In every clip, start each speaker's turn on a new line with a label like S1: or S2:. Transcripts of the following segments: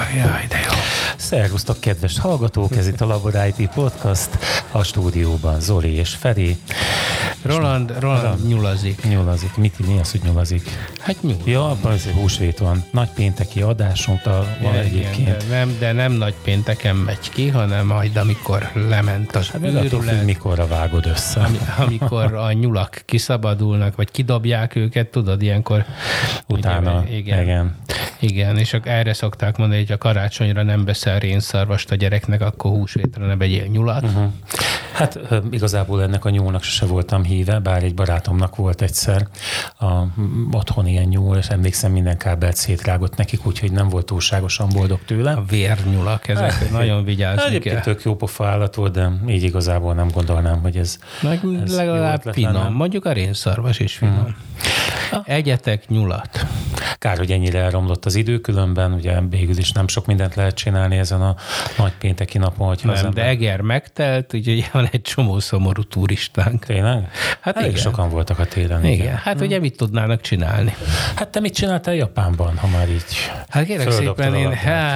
S1: Jaj, de jó.
S2: Szervusztok, kedves hallgatók, ez itt a Labor IT Podcast, a stúdióban Zoli és Feri.
S1: Roland nyulazik.
S2: Nyulazik. Mi az, hogy nyulazik?
S1: Hát nyúl.
S2: Ja, abban azért húsvét van. Nagypénteki adásunk van egyébként.
S1: De nem nagy pénteken megy ki, hanem majd amikor lement az
S2: őrület. Mikorra vágod össze.
S1: Amikor a nyulak kiszabadulnak, vagy kidobják őket, tudod, ilyenkor.
S2: Utána,
S1: igen, és erre szokták mondani, hogy a karácsonyra nem veszel rénszarvast a gyereknek, akkor húsvétre ne vegyél nyulat.
S2: Hát igazából ennek a nyúlnak sose voltam híve, bár egy barátomnak volt egyszer otthon ilyen nyúl, és emlékszem, minden kábelt szétrágott nekik, úgyhogy nem volt túlságosan boldog tőle.
S1: A vérnyulak, ezek nagyon vigyázni kell.
S2: Tök jó pofa állat volt, de így igazából nem gondolnám, hogy ez
S1: legalább finom. Mondjuk a rénszarvas is finom. Egyetek nyulat.
S2: Kár, hogy ennyire elromlott az idő, különben ugye végül is nem sok mindent lehet csinálni ezen a nagypénteki napon.
S1: Nem, de Eger megtelt, úgyhogy van egy csomó szomorú turistánk.
S2: Tényleg?
S1: Hát
S2: elég
S1: igen.
S2: sokan voltak a téren.
S1: Igen. Hát ugye mit tudnának csinálni?
S2: Hát te mit csináltál Japánban, ha már így
S1: hát kérlek szépen én...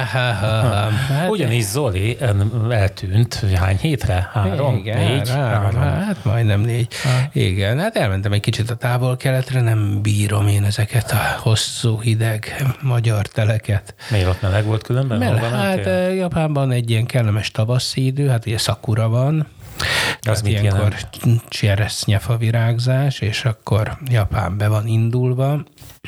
S2: Ugyanis Zoli eltűnt, hány hétre? 3, 4?
S1: Hát majdnem 4. Igen, hát elmentem egy kicsit a távol-keletre, nem bírom én ezeket a hosszú, hideg magyar teleket.
S2: Miért ott meleg volt különben?
S1: Hát Japánban egy ilyen kellemes tavaszi idő, hát ugye szakura van,
S2: az
S1: ilyenkor cseresznyefa virágzás, és akkor Japán be van indulva.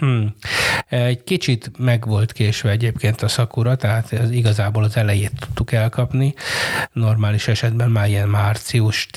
S1: Egy kicsit meg volt késve egyébként a szakura, tehát igazából az elejét tudtuk elkapni. Normális esetben már ilyen március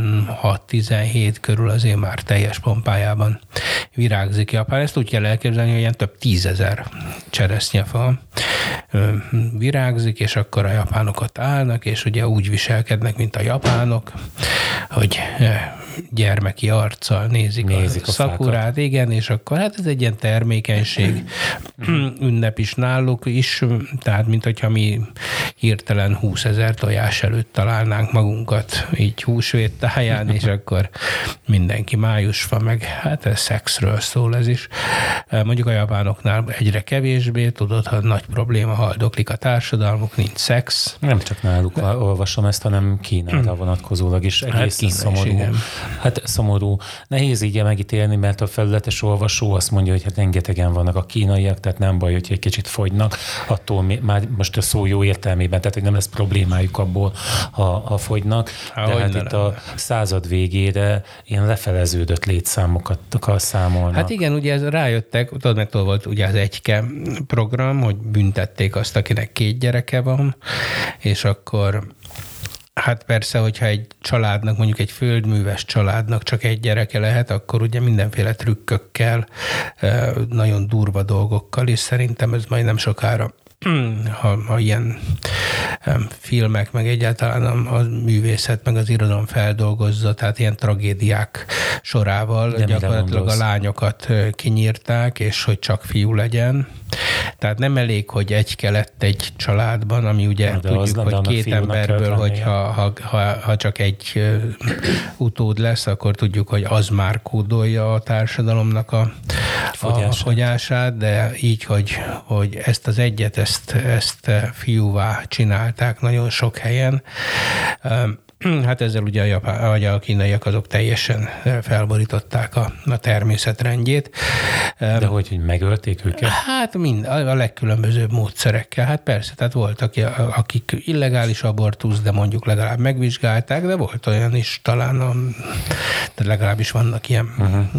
S1: 16-17 körül azért már teljes pompájában virágzik Japán. Ezt úgy kell elképzelni, hogy ilyen több 10 000 cseresznyefa virágzik, és akkor a japánok ott állnak, és ugye úgy viselkednek, mint a japánok, hogy gyermeki arccal nézik a szakurát, fákat. Igen, és akkor hát ez egy ilyen termékenység ünnep is náluk is, tehát mint hogyha mi hirtelen 20 000 tojás előtt találnánk magunkat így húsvét táján, és akkor mindenki májusfa, meg hát ez szexről szól ez is. Mondjuk a japánoknál egyre kevésbé, tudod, ha nagy probléma, haldoklik a társadalmuk, nincs szex.
S2: Nem csak náluk olvasom ezt, hanem Kínára vonatkozólag is egészen szomorú. Hát szomorú. Nehéz így megítélni, mert a felületes olvasó azt mondja, hogy hát rengetegen vannak a kínaiak, tehát nem baj, hogy egy kicsit fogynak, attól már most a szó jó értelmében, tehát hogy nem lesz problémájuk abból, ha fogynak. De hát itt a század végére ilyen lefeleződött létszámokat számolnak.
S1: Hát igen, ugye rájöttek, tudod, mert volt ugye az egyke program, hogy büntették azt, akinek 2 gyereke van, és akkor hát persze, hogyha egy családnak, mondjuk egy földműves családnak csak 1 gyereke lehet, akkor ugye mindenféle trükkökkel, nagyon durva dolgokkal, és szerintem ez majd nem sokára, ha ilyen filmek, meg egyáltalán a művészet, meg az irodalom feldolgozza, tehát ilyen tragédiák sorával de gyakorlatilag a lányokat kinyírták, és hogy csak fiú legyen. Tehát nem elég, hogy egyke lett egy családban, ami ugye tudjuk, hogy 2 emberből, hogyha csak egy utód lesz, akkor tudjuk, hogy az már kódolja a társadalomnak a fogyását, de így, hogy ezt az egyet, ezt fiúvá csinálták nagyon sok helyen. Hát ezzel ugye a kínaiak azok teljesen felborították a természetrendjét.
S2: De hogy megölték őket?
S1: Hát a legkülönbözőbb módszerekkel. Hát persze, tehát voltak, akik illegális abortusz, de mondjuk legalább megvizsgálták, de volt olyan is talán, de legalábbis vannak ilyen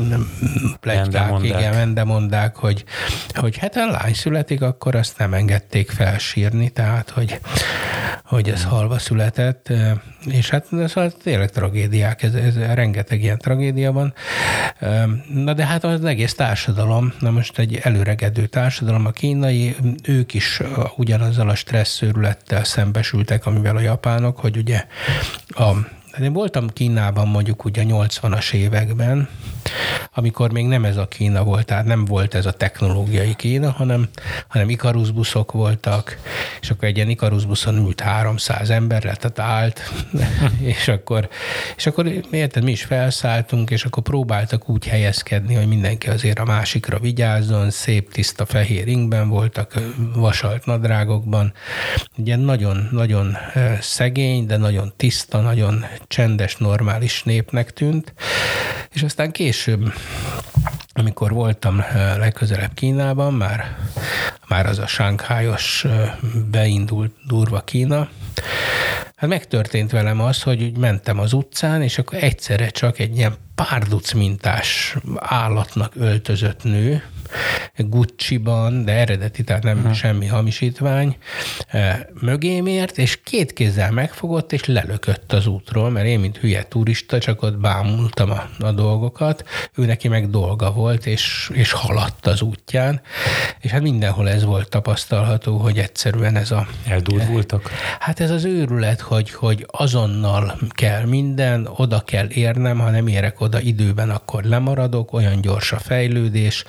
S1: pletykák, mendemondák, hogy hát a lány születik, akkor azt nem engedték felsírni, tehát hogy ez halva született, és hát szóval tényleg tragédiák, ez rengeteg ilyen tragédia van. Na de hát az egész társadalom, na most egy előregedő társadalom, a kínai, ők is ugyanazzal a stresszőrülettel szembesültek, amivel a japánok, hogy ugye én voltam Kínában mondjuk ugye a 80-as években, amikor még nem ez a Kína volt, tehát nem volt ez a technológiai Kína, hanem Ikarus buszok voltak, és akkor egy ilyen Ikarus buszon ült 300 ember, tehát állt, és akkor érted, mi is felszálltunk, és akkor próbáltak úgy helyezkedni, hogy mindenki azért a másikra vigyázzon, szép, tiszta fehér ingben voltak, vasalt nadrágokban. Ugye nagyon-nagyon szegény, de nagyon tiszta, nagyon csendes, normális népnek tűnt. És aztán később, amikor voltam legközelebb Kínában, már az a sánkhájos beindult durva Kína, hát megtörtént velem az, hogy úgy mentem az utcán, és akkor egyszerre csak egy ilyen párduc mintás állatnak öltözött nő, Gucci-ban, de eredeti, tehát nem semmi hamisítvány, mögém ért, és két kézzel megfogott, és lelökött az útról, mert én, mint hülye turista, csak ott bámultam a dolgokat, ő neki meg dolga volt, és haladt az útján, és hát mindenhol ez volt tapasztalható, hogy egyszerűen ez a...
S2: Eldurvultak?
S1: Hát ez az őrület, hogy azonnal kell minden, oda kell érnem, ha nem érek oda időben, akkor lemaradok, olyan gyors a fejlődés,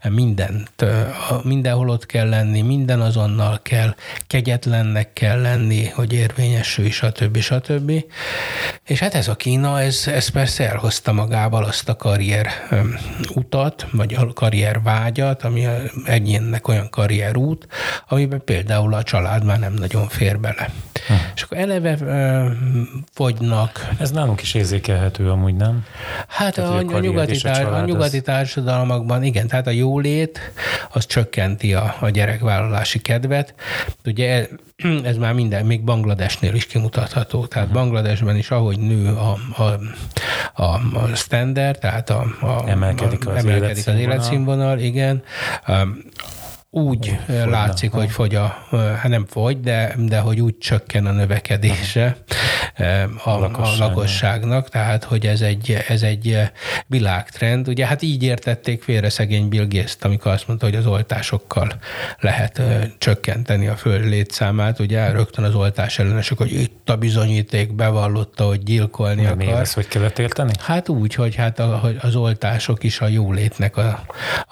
S1: mindenhol ott kell lenni, minden azonnal kell, kegyetlennek kell lenni, hogy érvényesülj, stb. És hát ez a Kína, ez persze elhozta magával azt a karrier utat, vagy a karrier vágyat, ami egyénnek olyan karrierút, amiben például a család már nem nagyon fér bele. És akkor eleve fogynak. Ez
S2: nálunk is érzékelhető amúgy, nem?
S1: Hát a nyugati társadalmakban igen, tehát a jólét az csökkenti a gyerekvállalási kedvet. Ugye ez már minden, még Bangladesnél is kimutatható. Tehát Bangladesben is, ahogy nő a standard, tehát
S2: emelkedik az
S1: életszínvonal, igen, úgy látszik, hogy fogy hát nem fogy, de hogy úgy csökken a növekedése a lakosságnak, tehát hogy ez egy világtrend. Ugye hát így értették félre szegény Bill Gates-t, amikor azt mondta, hogy az oltásokkal lehet csökkenteni a föld létszámát. Ugye rögtön az oltás ellenesek, hogy itt a bizonyíték, bevallotta, hogy gyilkolni akar.
S2: Miért ezt hogy kellett érteni?
S1: Hát úgy, hogy hát az oltások is a jólétnek a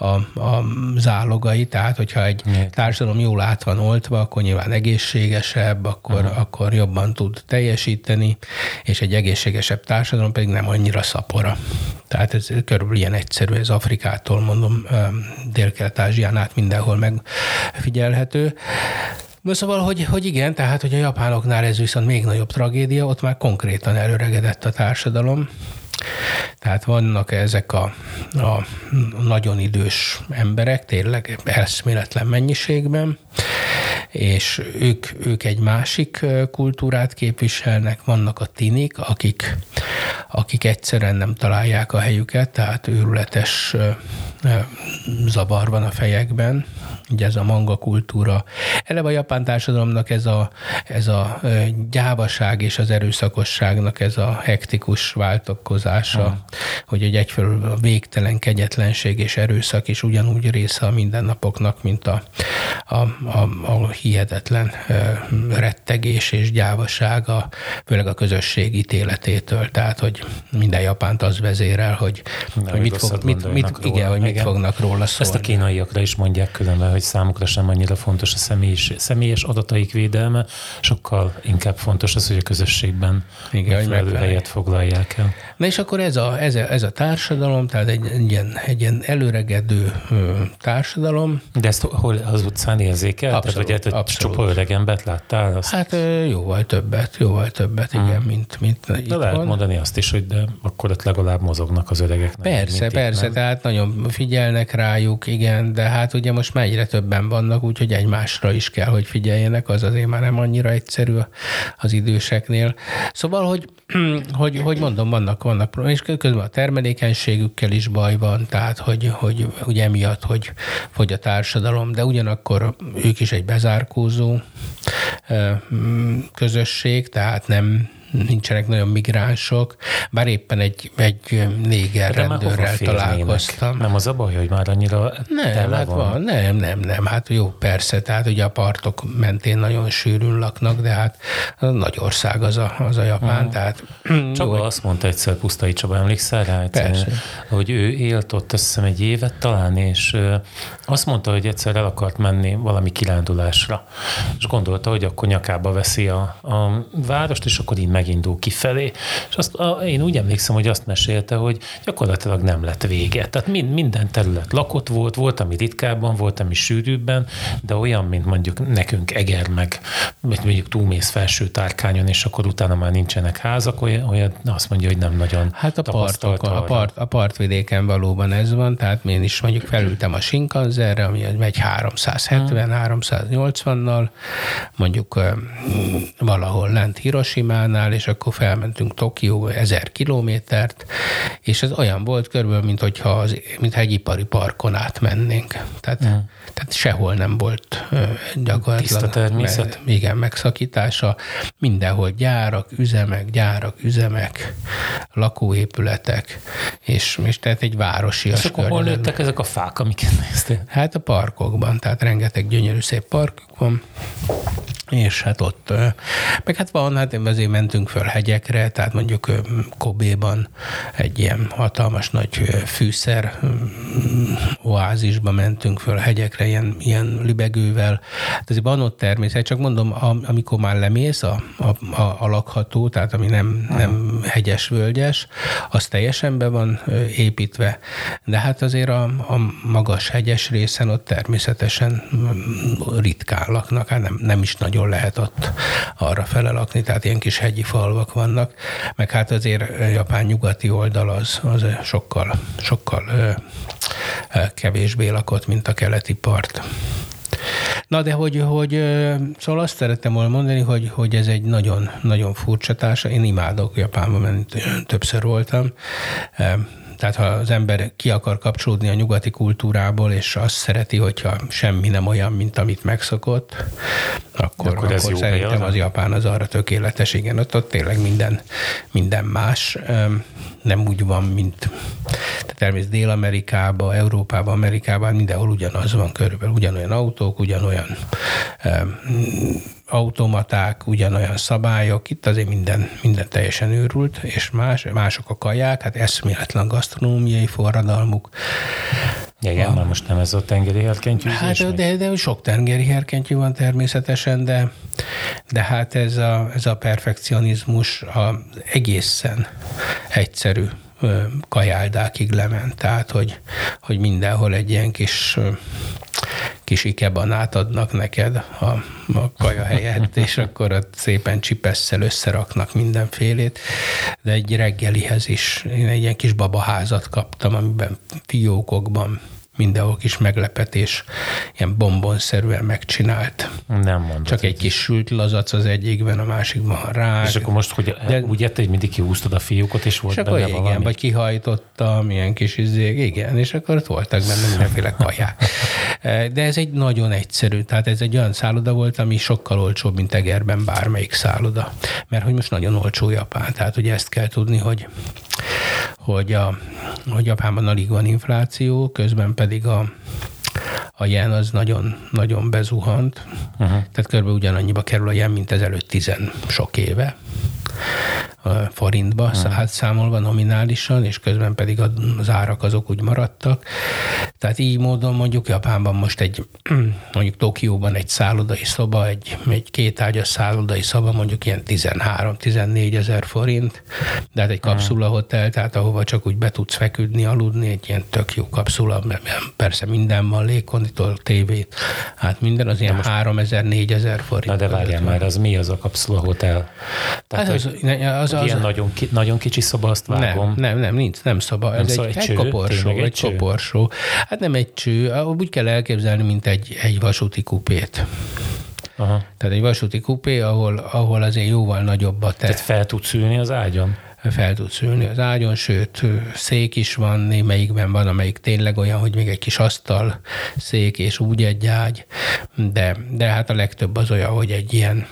S1: zálogai, tehát hogyha egy társadalom jól át van oltva, akkor nyilván egészségesebb, akkor jobban tud teljesíteni, és egy egészségesebb társadalom pedig nem annyira szapora. Tehát ez körülbelül ilyen egyszerű, ez Afrikától, mondom, Dél-Kelet-Ázsián át mindenhol megfigyelhető. No, szóval, hogy igen, tehát, hogy a japánoknál ez viszont még nagyobb tragédia, ott már konkrétan előregedett a társadalom. Tehát vannak ezek a nagyon idős emberek, tényleg eszméletlen mennyiségben, és ők egy másik kultúrát képviselnek, vannak a tinik, akik egyszerűen nem találják a helyüket, tehát őrületes zavar van a fejekben, ugye ez a manga kultúra. Eleve a japán társadalomnak ez a gyávaság és az erőszakosságnak ez a hektikus váltakozása, hogy egyfelől a végtelen kegyetlenség és erőszak is ugyanúgy része a mindennapoknak, mint a hihetetlen rettegés és gyávaság, főleg a közösség ítéletétől. Tehát, hogy minden japánt az vezérel, hogy mit fognak róla szólni.
S2: Ezt a kínaiakra is mondják különben, hogy számukra sem annyira fontos a személyes adataik védelme, sokkal inkább fontos az, hogy a közösségben megfelelő helyet foglalják el.
S1: Na és akkor ez a társadalom, tehát egy ilyen előregedő társadalom.
S2: De ezt hol az utcán érzékel? Tehát, hogy csupa öreg embert láttál? Azt...
S1: Hát jóval többet, igen, mint itt
S2: de lehet mondani azt is, hogy de akkor ott legalább mozognak az öregek.
S1: Persze, tehát nagyon figyelnek rájuk, igen, de hát ugye most már egyre többen vannak, úgyhogy egymásra is kell, hogy figyeljenek, az azért már nem annyira egyszerű az időseknél. Szóval, hogy mondom, vannak és közben a termelékenységükkel is baj van, tehát hogy ugye emiatt, hogy fogy a társadalom, de ugyanakkor ők is egy bezárkózó közösség, tehát nincsenek nagyon migránsok, bár éppen egy néger rendőrrel találkoztam.
S2: Nem az a baj, hogy már annyira
S1: Nem, hát jó, persze, tehát ugye a partok mentén nagyon sűrűn laknak, de hát nagy ország az a Japán, tehát...
S2: Csaba azt mondta egyszer, Pusztai Csaba, emlékszel rá?
S1: Persze.
S2: Hogy ő élt ott, azt hiszem, egy évet talán, és azt mondta, hogy egyszer el akart menni valami kirándulásra, és gondolta, hogy akkor nyakába veszi a várost, és akkor így megindul kifelé. És én úgy emlékszem, hogy azt mesélte, hogy gyakorlatilag nem lett vége. Tehát minden terület lakott volt, ami ritkábban, volt, ami sűrűbben, de olyan, mint mondjuk nekünk Eger, meg mondjuk túlmész Felső Tárkányon, és akkor utána már nincsenek házak, olyan azt mondja, hogy nem nagyon
S1: tapasztalta. A partvidéken valóban ez van, tehát én is mondjuk felültem a Shinkansenre, ami megy 370-380-nal, mondjuk valahol lent Hiroshimánál, és akkor felmentünk Tokió 1000 kilométert, és ez olyan volt körülbelül, mintha egy ipari parkon átmennénk. Tehát sehol nem volt gyakorlatilag
S2: tiszta természet.
S1: Igen, megszakítása. Mindenhol gyárak, üzemek, lakóépületek, és tehát egy városi.
S2: És akkor hol nőttek ezek a fák, amiket néztél?
S1: Hát a parkokban, tehát rengeteg gyönyörű szép parkok van, és hát ott, meg hát van, hát azért mentünk föl hegyekre, tehát mondjuk Kobéban egy ilyen hatalmas nagy fűszer oázisba mentünk föl hegyekre, ilyen libegővel. Hát azért van ott természet, csak mondom, amikor már lemész a lakható, tehát ami nem hegyes, völgyes, az teljesen be van építve, de hát azért a magas hegyes részen ott természetesen ritkán laknak, hát nem is nagyon lehet ott arra fele lakni, tehát ilyen kis hegyi falvak vannak, meg hát azért Japán nyugati oldal az sokkal kevésbé lakott, mint a keleti part. Na de szóval azt szerettem volna mondani, hogy ez egy nagyon, nagyon furcsa társa. Én imádok Japánba menni, többször voltam. Tehát ha az ember ki akar kapcsolódni a nyugati kultúrából, és azt szereti, hogyha semmi nem olyan, mint amit megszokott, akkor szerintem az Japán az arra tökéletes. Igen, ott tényleg minden más. Nem úgy van, mint természetesen Dél-Amerikában, Európában, Amerikában, mindenhol ugyanaz van körülbelül. Ugyanolyan autók, ugyanolyan automaták, ugyanolyan szabályok, itt azért minden teljesen őrült, és mások a kaják, hát eszméletlen gasztronómiai forradalmuk.
S2: Igen, már most nem ez a tengeri herkentyű.
S1: Hát, de sok tengeri herkentyű van természetesen, de hát ez a perfekcionizmus egészen egyszerű kajáldákig lement, tehát hogy mindenhol egy ilyen kis ikebanát adnak neked a kaja helyett, és akkor ott szépen csipesszel összeraknak mindenfélét, de egy reggelihez is én egy ilyen kis babaházat kaptam, amiben fiókokban mindenhol kis meglepetés, ilyen bombonszerűen megcsinált.
S2: Nem mondod.
S1: Csak egy kis sült lazac az egyikben, a másikban rág.
S2: És akkor most, hogy úgy etted, hogy mindig kihúztad a fiókot, és volt benne valami?
S1: Igen, vagy kihajtottam, ilyen kis igen, és akkor ott voltak benne mindenféle kaják. De ez egy nagyon egyszerű, tehát ez egy olyan szálloda volt, ami sokkal olcsóbb, mint Egerben bármelyik szálloda. Mert hogy most nagyon olcsó Japán, tehát ugye ezt kell tudni, hogy Japánban alig van infláció, közben pedig a jen az nagyon, nagyon bezuhant. Tehát körülbelül ugyanannyiba kerül a jen, mint ezelőtt 10 sok éve forintba számolva nominálisan, és közben pedig az árak azok úgy maradtak. Tehát így módon mondjuk Japánban most mondjuk Tokióban egy szállodai szoba, egy kétágyas szállodai szoba mondjuk ilyen 13-14 ezer forint, de hát egy kapszulahotel, tehát ahova csak úgy be tudsz feküdni, aludni, egy ilyen tök jó kapszula, persze minden van, légkonditól, tévét, hát minden az ilyen 3000-4000 forint.
S2: Na de várjál már, az mi az a kapszulahotel? Tehát,
S1: hát
S2: ilyen nagyon kicsi szoba, azt vágom.
S1: Nem szoba, ez egy koporsó. Hát nem egy cső, úgy kell elképzelni, mint egy vasúti kupét. Aha. Tehát egy vasúti kupé, ahol azért jóval nagyobb a
S2: Tehát fel tudsz ülni az ágyon?
S1: Fel tudsz ülni az ágyon, sőt, szék is van, némelyikben van, amelyik tényleg olyan, hogy még egy kis asztal, szék és úgy egy ágy, de hát a legtöbb az olyan, hogy egy ilyen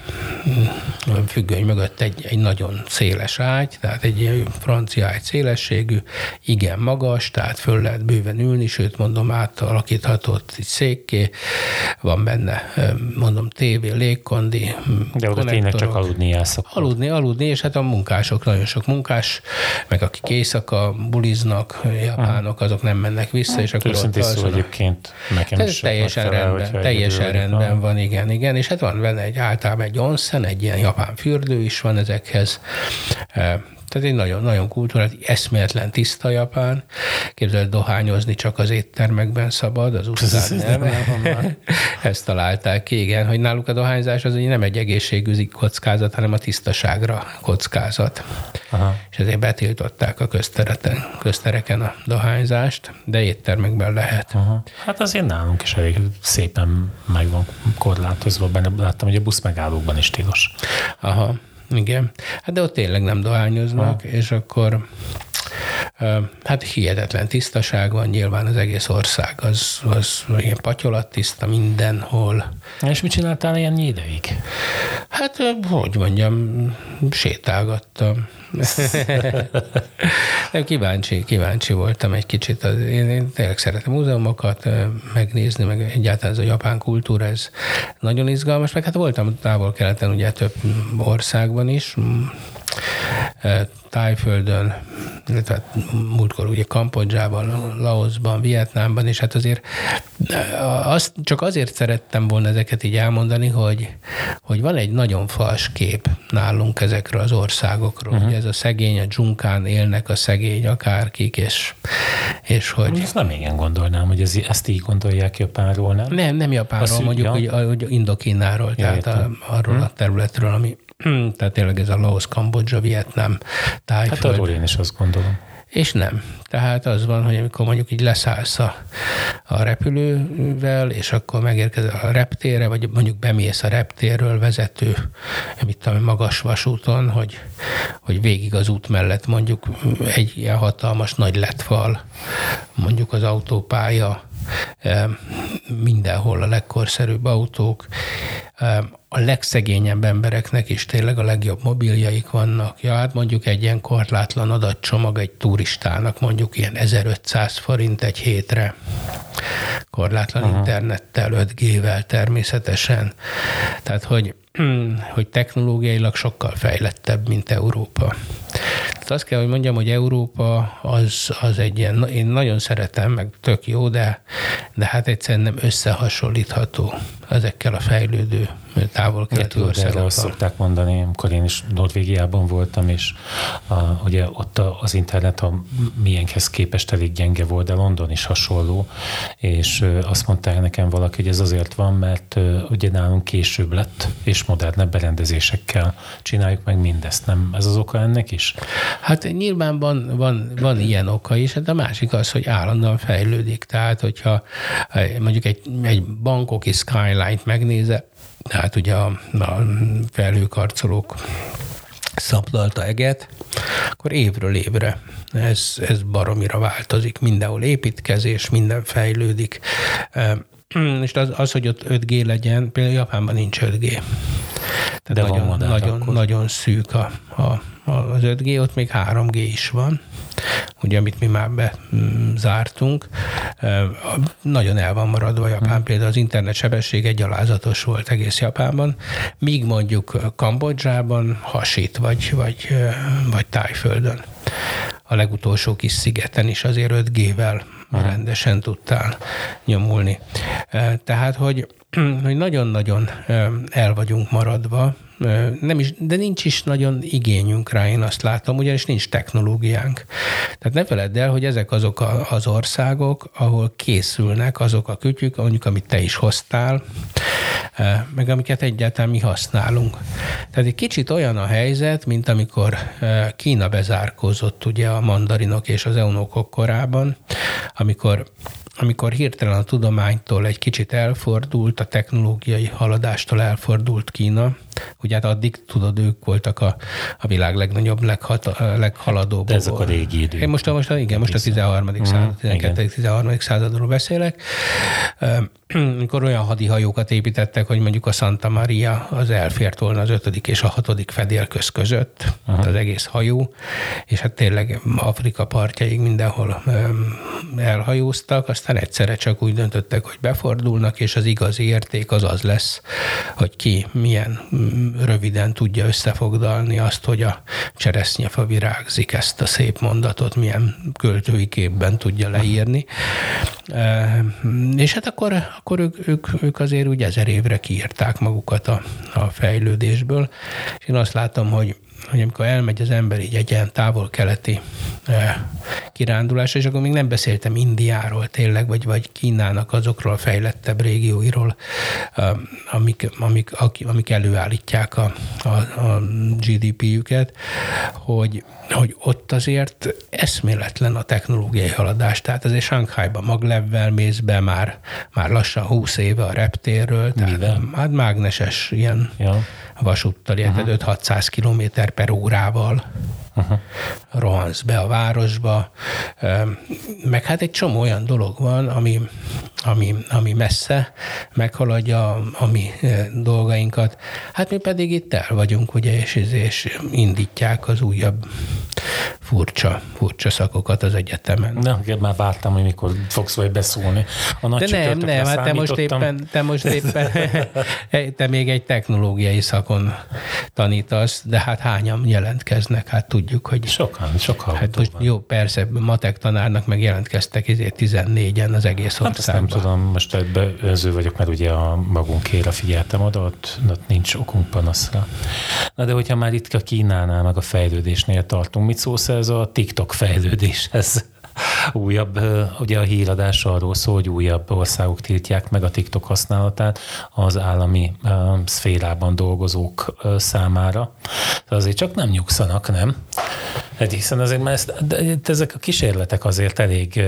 S1: függöny mögött egy nagyon széles ágy, tehát egy francia ágy szélességű, igen magas, tehát föl lehet bőven ülni, sőt mondom, átalakíthatott egy székké, van benne, mondom, tévé, légkondi,
S2: de oda tényleg csak aludni jársz.
S1: Aludni, és hát a munkások, nagyon sok munkás, meg akik éjszaka buliznak, japánok, azok nem mennek vissza, és akkor
S2: ott alszanak. Egyébként nekem is
S1: teljesen rendben van, igen, és hát van benne általában egy onsen, egy ilyen japán fürdő is van ezekhez. Tehát egy nagyon-nagyon kultúrát, eszméletlen tiszta Japán. Képzeld, dohányozni csak az éttermekben szabad, az utcán nem. Ezt találták ki, igen, hogy náluk a dohányzás az nem egy egészségügyi kockázat, hanem a tisztaságra kockázat. Aha. És ezért betiltották a köztereken a dohányzást, de éttermekben lehet.
S2: Aha. Hát azért nálunk is elég szépen meg van korlátozva, benne láttam, hogy a busz megállókban is tilos.
S1: Aha. Igen, hát de ott tényleg nem dohányoznak, és akkor hát hihetetlen tisztaság van, nyilván az egész ország az ilyen patyolattiszta mindenhol.
S2: És mit csináltál ilyen ideig?
S1: Hát, hogy mondjam, sétálgattam. Kíváncsi voltam egy kicsit. Én tényleg szeretem múzeumokat megnézni, meg egyáltalán ez a japán kultúra, ez nagyon izgalmas, meg hát voltam távol-keleten ugye több országban is, Tájföldön, illetve múltkor ugye Kambodzsában, Laoszban, Vietnámban, és hát azért csak azért szerettem volna ezeket így elmondani, hogy van egy nagyon fals kép nálunk ezekről az országokról. Ugye ez a szegény, a dzsunkán élnek a szegény akárkik, és hogy...
S2: Ezt nem igen gondolnám, hogy ezt így gondolják Japánról, nem?
S1: Nem Japánról, mondjuk hogy Indokínáról, tehát arról a területről, ami tehát tényleg ez a Laosz, Kambodzsa, Vietnám, Tájföld.
S2: Hát arról én is azt gondolom.
S1: És nem. Tehát az van, hogy amikor mondjuk így leszállsz a repülővel, és akkor megérkezel a reptérre, vagy mondjuk bemész a reptérről vezető, magas vasúton, hogy végig az út mellett mondjuk egy ilyen hatalmas nagy lettfal, mondjuk az autópálya, mindenhol a legkorszerűbb autók, a legszegényebb embereknek is tényleg a legjobb mobiljaik vannak. Ja, hát mondjuk egy ilyen korlátlan adatcsomag egy turistának mondjuk ilyen 1500 forint egy hétre. Korlátlan internettel, 5G-vel természetesen. Tehát, hogy technológiailag sokkal fejlettebb, mint Európa. Tehát azt kell, hogy mondjam, hogy Európa az egy ilyen, én nagyon szeretem, meg tök jó, de hát egyszerűen nem összehasonlítható ezekkel a fejlődő távol-keleti országokkal.
S2: Azt szokták mondani, amikor én is Norvégiában voltam, és ugye ott az internet milyenhez képest elég gyenge volt, de London is hasonló, és azt mondták nekem valaki, hogy ez azért van, mert ugye nálunk később lett, és modernebb berendezésekkel csináljuk meg mindezt. Nem ez az oka ennek is?
S1: Hát nyilván van ilyen oka is, de a másik az, hogy állandóan fejlődik. Tehát, hogyha mondjuk egy bangkoki skyline-t megnézel, hát ugye a felhőkarcolók szabdalta eget, akkor évről évre ez baromira változik. Mindenhol építkezés, minden fejlődik. És az, hogy ott 5G legyen, például Japánban nincs 5G. Tehát nagyon szűk az 5G, ott még 3G is van, ugye, amit mi már bezártunk. Nagyon el van maradva Japán, például az internet sebessége gyalázatos volt egész Japánban, míg mondjuk Kambodzsában hasít, vagy Tájföldön. A legutolsó kis szigeten is azért 5G-vel rendesen tudtál nyomulni. Tehát, hogy nagyon-nagyon el vagyunk maradva, de nincs is nagyon igényünk rá, én azt látom, ugyanis nincs technológiánk. Tehát ne feledd el, hogy ezek azok az országok, ahol készülnek azok a kütyük, mondjuk, amit te is hoztál, meg amiket egyáltalán mi használunk. Tehát egy kicsit olyan a helyzet, mint amikor Kína bezárkózott ugye a mandarinok és az eunókok korában, amikor hirtelen a tudománytól egy kicsit elfordult, a technológiai haladástól elfordult Kína, ugye hát addig, tudod, ők voltak a világ legnagyobb, leghaladóbb.
S2: De ezek a régi idők.
S1: Én most a 13. század, 12.-13. századról beszélek. Amikor olyan hadihajókat építettek, hogy mondjuk a Santa Maria az elfért volna az 5. és a 6. fedélköz között, az egész hajó, és hát tényleg Afrika partjaig mindenhol elhajóztak, aztán egyszerre csak úgy döntöttek, hogy befordulnak, és az igazi érték az lesz, hogy ki milyen röviden tudja összefoglalni azt, hogy a cseresznyefa virágzik, ezt a szép mondatot milyen költői képben tudja leírni. És hát akkor ők azért úgy 1000 évre kiírták magukat a fejlődésből. És én azt látom, hogy amikor elmegy az ember így egy ilyen távol-keleti kirándulásra, és akkor még nem beszéltem Indiáról tényleg, vagy Kínának azokról a fejlettebb régióiról, amik előállítják a GDP-jüket, hogy ott azért eszméletlen a technológiai haladás. Tehát azért Shanghaiban maglevvel mész be már lassan 20 éve a reptérről. Hát mágneses ilyen vasúttal, ilyen 5-600 km/órával rohansz be a városba. Meg hát egy csomó olyan dolog van, ami messze meghaladja a mi dolgainkat. Hát mi pedig itt el vagyunk, ugye, és indítják az újabb furcsa szakokat az egyetemen.
S2: Na, már vártam, hogy mikor fogsz vagy beszólni.
S1: De nem, hát te most éppen te még egy technológiai szakon tanítasz, de hát hányan jelentkeznek, hát tudjuk, hogy...
S2: Sokan.
S1: Hát most jó, persze, matek tanárnak meg jelentkeztek 14-en az egész országban.
S2: Hát nem tudom, most ebben önző vagyok, mert ugye a magunkére figyeltem oda, ott nincs okunk panaszra. Na de hogyha már itt a Kínánál, meg a fejlődésnél tartunk, mit szólsz ez a TikTok fejlődéshez? Újabb, ugye a híradás arról szól, hogy újabb országok tiltják meg a TikTok használatát az állami szférában dolgozók számára. Azért csak nem nyugszanak, nem? Hiszen azért már ezek a kísérletek azért elég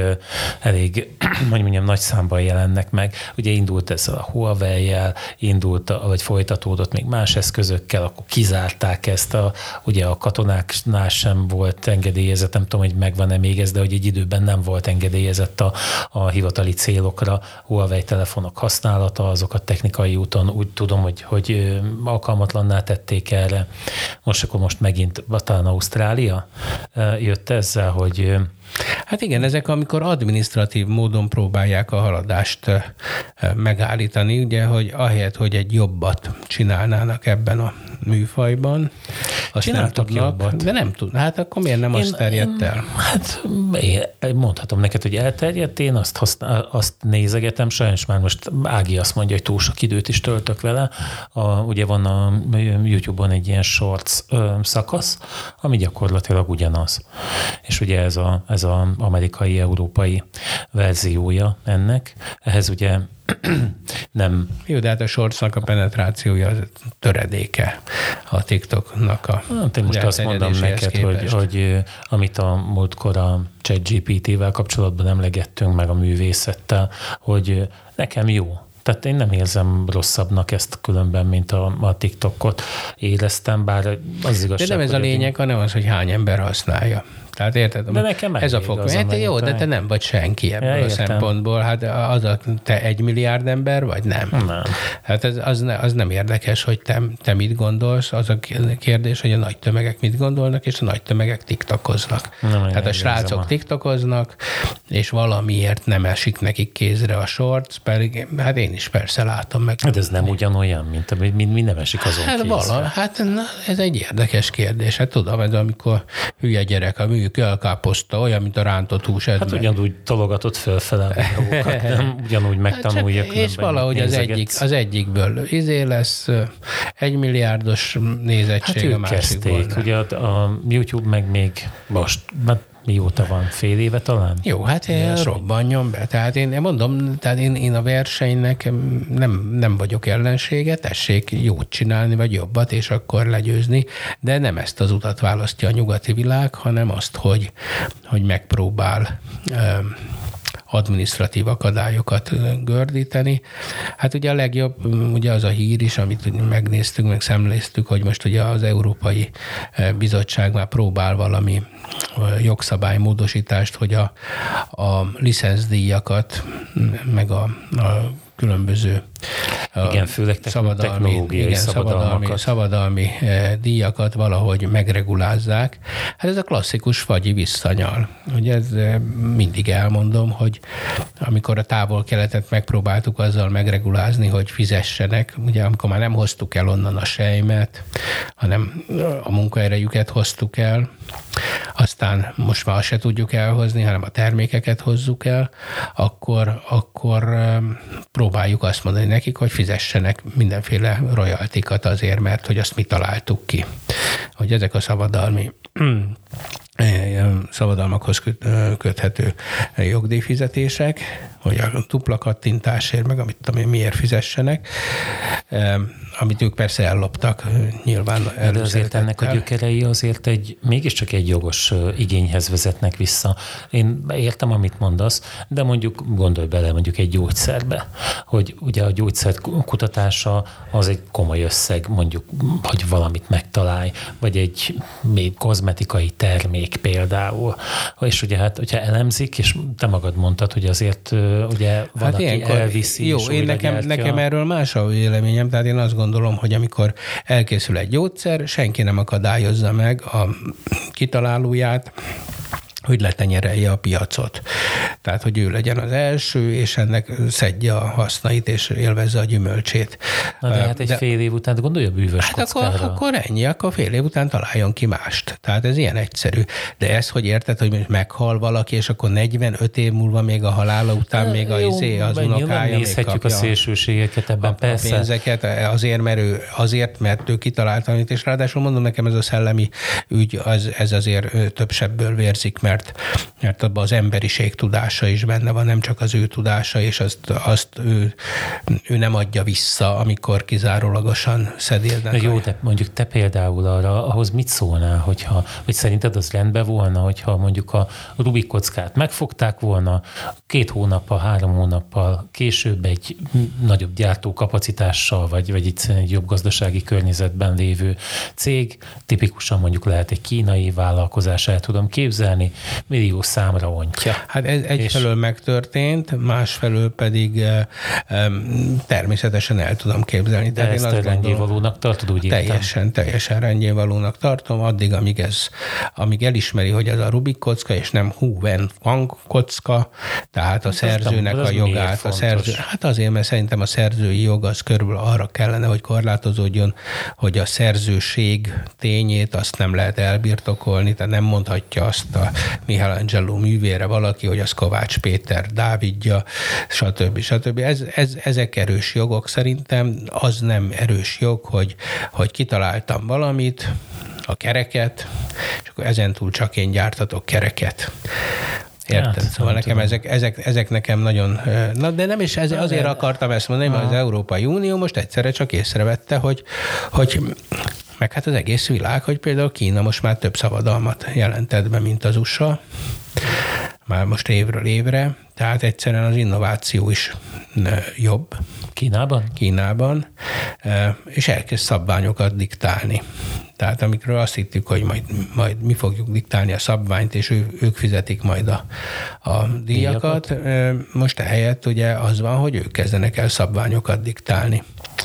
S2: hogy mondjam, nagy számban jelennek meg. Ugye indult ez a Huawei-jel, vagy folytatódott még más eszközökkel, akkor kizárták ezt, ugye a katonáknál sem volt engedélyezett, nem tudom, hogy megvan-e még ez, de hogy egy időben nem volt engedélyezett a hivatali célokra Huawei telefonok használata, azokat technikai úton úgy tudom, hogy alkalmatlanná tették erre. Most megint talán Ausztrália jött ezzel, hogy...
S1: Hát igen, ezek amikor adminisztratív módon próbálják a haladást megállítani, ugye, hogy ahelyett, hogy egy jobbat csinálnának ebben a műfajban, azt nem tudnak, jobbat. De nem tudnak. Hát akkor miért nem azt terjedt el?
S2: Hát mondhatom neked, hogy elterjedt, én azt nézegetem, sajnos már most Ági azt mondja, hogy túl sok időt is töltök vele. Ugye van a YouTube-on egy ilyen shorts szakasz, ami gyakorlatilag ugyanaz. És ugye ez az amerikai-európai verziója ennek. Ehhez ugye nem...
S1: Jó, de hát a shortsnak a penetrációja az töredéke a TikToknak a...
S2: Hát én most azt mondom neked, hogy amit a múltkor a ChatGPT-vel kapcsolatban emlegettünk, meg a művészettel, hogy nekem jó. Tehát én nem érzem rosszabbnak ezt különben, mint a TikTokot éreztem, bár az igazság...
S1: De nem ez a lényeg, hanem az, hogy hány ember használja. Tehát érted?
S2: De nekem
S1: ez a fok. Hát jó, de te nem vagy senki ebből a szempontból. Hát te 1 milliárd ember vagy? Nem. Hát az nem érdekes, hogy te mit gondolsz. Az a kérdés, hogy a nagy tömegek mit gondolnak, és a nagy tömegek tiktokoznak. Tehát a srácok tiktokoznak, és valamiért nem esik nekik kézre a shorts, pedig hát én is persze látom meg.
S2: Hát ez nem ugyanolyan, mint nem esik azon kézre.
S1: Hát ez egy érdekes kérdés. Hát tudom, ez amikor hülye gyerek, a kölkáposzta, olyan, mint a rántott hús.
S2: Hát ugyanúgy tologatott fölfele a videókat, nem ugyanúgy megtanulja.
S1: És valahogy az egyikből lesz 1 milliárdos nézettség,
S2: hát
S1: a másikból.
S2: Ugye a YouTube meg még most, mióta van? Fél éve talán?
S1: Jó, hát robbanjon be. Tehát én mondom, tehát én a versenynek nem vagyok ellensége, tessék jót csinálni, vagy jobbat, és akkor legyőzni, de nem ezt az utat választja a nyugati világ, hanem azt, hogy megpróbál adminisztratív akadályokat gördíteni. Hát ugye a legjobb, ugye az a hír is, amit megnéztük, meg szemléztük, hogy most ugye az Európai Bizottság már próbál valami jogszabálymódosítást, hogy a licenzdíjakat, meg a különböző
S2: főleg
S1: szabadalmi díjakat valahogy megregulázzák. Hát ez a klasszikus fagyi visszanyal. Ugye ez mindig elmondom, hogy amikor a távol-keletet megpróbáltuk azzal megregulázni, hogy fizessenek, ugye amikor már nem hoztuk el onnan a sejmet, hanem a munkaerejüket hoztuk el, aztán most már azt se tudjuk elhozni, hanem a termékeket hozzuk el, akkor próbáljuk azt mondani nekik, hogy fizessenek mindenféle royaltikat azért, mert hogy azt mi találtuk ki. Hogy ezek a szabadalmakhoz köthető jogdíjfizetések, hogy a dupla kattintásért, meg amit miért fizessenek, amit ők persze elloptak nyilván.
S2: De azért ennek a gyökerei azért mégiscsak egy jogos igényhez vezetnek vissza. Én értem, amit mondasz, de mondjuk gondolj bele mondjuk egy gyógyszerbe, hogy ugye a gyógyszer kutatása az egy komoly összeg, mondjuk, hogy valamit megtalálj, vagy egy még kozmetikai termék például. És ugye hát, hogyha elemzik, és te magad mondtad, hogy azért ugye van, aki elviszi.
S1: Jó, én nekem erről más a véleményem, tehát én azt gondolom, hogy amikor elkészül egy gyógyszer, senki nem akadályozza meg a kitalálóját, hogy letenyerelje a piacot. Tehát, hogy ő legyen az első, és ennek szedje a hasznait, és élvezze a gyümölcsét.
S2: Na de hát egy fél év után gondolja bűvös kockára.
S1: Akkor ennyi, akkor fél év után találjon ki mást. Tehát ez ilyen egyszerű. De ez, hogy érted, hogy meghal valaki, és akkor 45 év múlva még a halála után még az unokája még
S2: kapja a szélsőségeket ebben, persze.
S1: A pénzeket azért, mert ő kitalálta, és ráadásul mondom nekem, ez a szellemi ügy, ez azért több sebből vérzik, mert abban az emberiség tudása is benne van, nem csak az ő tudása, és azt ő nem adja vissza, amikor kizárólagosan szedélnek.
S2: Jó, de mondjuk te például ahhoz mit szólnál, hogy szerinted az rendben volna, hogyha mondjuk a Rubik kockát megfogták volna, 2 hónappal, 3 hónappal később egy nagyobb gyártókapacitással, vagy egy jobb gazdasági környezetben lévő cég, tipikusan mondjuk lehet egy kínai vállalkozás, el tudom képzelni, millió számra ontja.
S1: Hát ez egyfelől megtörtént, másfelől pedig természetesen el tudom képzelni.
S2: De ezt rendjévalónak tartod, úgy
S1: értem? Teljesen rendjévalónak tartom, addig, amíg elismeri, hogy ez a Rubik kocka, és nem Wen-Fang kocka, tehát a szerzőnek a jogát. Hát azért, mert szerintem a szerzői jog az körülbelül arra kellene, hogy korlátozódjon, hogy a szerzőség tényét azt nem lehet elbirtokolni, tehát nem mondhatja azt a Michelangelo művére valaki, hogy az Kovács Péter Dávidja, stb. Ezek erős jogok. Szerintem az nem erős jog, hogy kitaláltam valamit, a kereket, és akkor ezentúl csak én gyártatok kereket. Érted? Hát, szóval nekem ezek nekem nagyon... Na, de nem is azért akartam ezt mondani, mert az Európai Unió most egyszerre csak észrevette, hogy meg hát az egész világ, hogy például Kína most már több szabadalmat jelentett be, mint az USA. Már most évről évre. Tehát egyszerűen az innováció is jobb. Kínában. És elkezd szabványokat diktálni. Tehát amikről azt hittük, hogy majd mi fogjuk diktálni a szabványt, és ők fizetik majd a díjakat. Most ehelyett ugye az van, hogy ők kezdenek el szabványokat diktálni.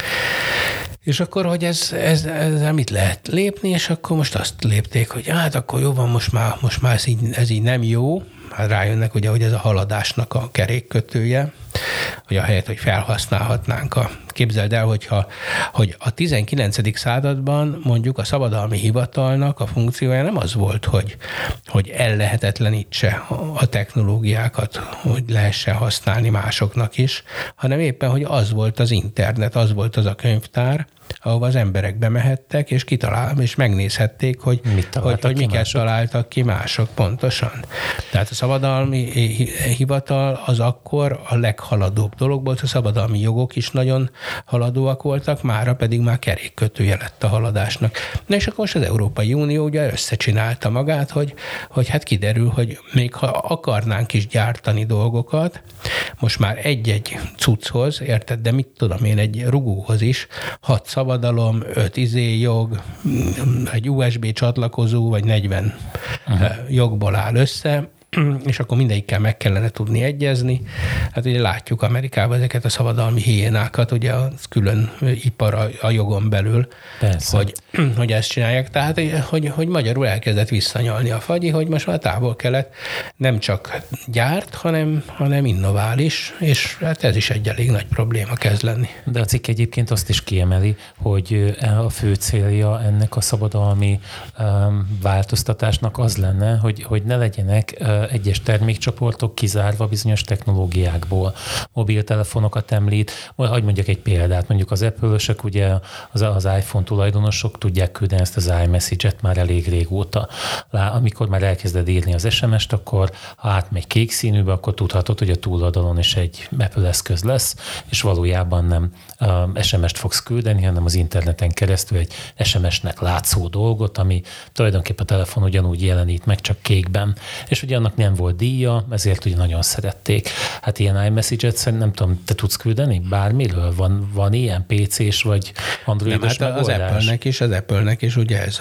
S1: És akkor, hogy ezzel mit lehet lépni, és akkor most azt lépték, hogy hát akkor jó van, most már ez így nem jó. Hát rájönnek ugye, hogy ez a haladásnak a kerékkötője, hogy ahelyett, hogy felhasználhatnánk Képzeld el, hogy a 19. században mondjuk a szabadalmi hivatalnak a funkciója nem az volt, hogy ellehetetlenítse a technológiákat, hogy lehessen használni másoknak is, hanem éppen, hogy az volt az internet, az volt az a könyvtár, ahova az emberek bemehettek, és megnézhették, hogy miket találtak ki mások pontosan. Tehát a szabadalmi hivatal az akkor a leghaladóbb dolog volt, a szabadalmi jogok is nagyon haladóak voltak, mára pedig már kerékkötője lett a haladásnak. Na és akkor most az Európai Unió ugye összecsinálta magát, hogy hát kiderül, hogy még ha akarnánk is gyártani dolgokat, most már egy-egy cucchoz, érted, de mit tudom én, egy rugóhoz is, 6 szabadalom, 5 jog, egy USB csatlakozó, vagy 40 jogból áll össze, és akkor mindegyikkel meg kellene tudni egyezni. Hát ugye látjuk Amerikában ezeket a szabadalmi hiénákat, ugye az külön ipar a jogon belül, hogy ezt csinálják. Tehát, hogy magyarul elkezdett visszanyalni a fagyi, hogy most már távol-kelet nem csak gyárt, hanem innovál is, és hát ez is egy elég nagy probléma kezd lenni.
S2: De a cikk egyébként azt is kiemeli, hogy a fő célja ennek a szabadalmi változtatásnak az lenne, hogy ne legyenek egyes termékcsoportok kizárva bizonyos technológiákból. Mobiltelefonokat említ, hogy mondjak egy példát, mondjuk az Apple-ösök, ugye az iPhone tulajdonosok tudják küldeni ezt az iMessage-et már elég régóta. Amikor már elkezded írni az SMS-t, akkor ha átmegy kék színűbe, akkor tudhatod, hogy a túloldalon is egy Apple eszköz lesz, és valójában nem SMS-t fogsz küldeni, hanem az interneten keresztül egy SMS-nek látszó dolgot, ami tulajdonképpen a telefon ugyanúgy jelenít meg, csak kékben. És ugye annak nem volt díja, ezért ugye nagyon szerették. Hát ilyen iMessage-et szerintem, nem tudom, te tudsz küldeni? Bármiről? Van ilyen PC-s vagy androidos megoldás?
S1: Az Apple-nek is ugye ez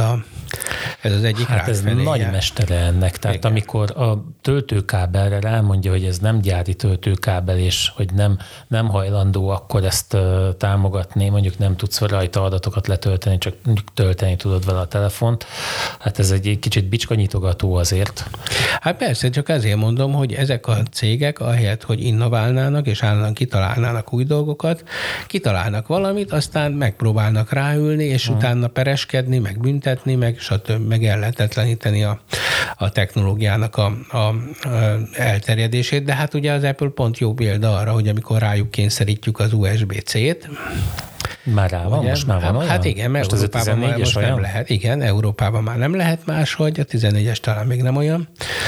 S1: az egyik
S2: hát ez nagy mestere ennek. Tehát igen. Amikor a töltőkábelre rámondja, hogy ez nem gyári töltőkábel, és hogy nem hajlandó akkor ezt támogatni, mondjuk nem tudsz rajta adatokat letölteni, csak tölteni tudod vele a telefont. Hát ez egy kicsit bicskanyitogató azért.
S1: Hát persze, csak azért mondom, hogy ezek a cégek ahelyett, hogy innoválnának és állandóan kitalálnának új dolgokat, kitalálnak valamit, aztán megpróbálnak ráülni, és utána pereskedni, meg büntetni, meg stb. Meg ellehetetleníteni a technológiának a elterjedését. De hát ugye az Apple pont jó példa arra, hogy amikor rájuk kényszerítjük az USB-C-t,
S2: már rá van? Ugye? Most már van olyan?
S1: Hát igen, mert Európában már most nem lehet. Igen, Európában már nem lehet máshogy, a 14-es talán még nem olyan,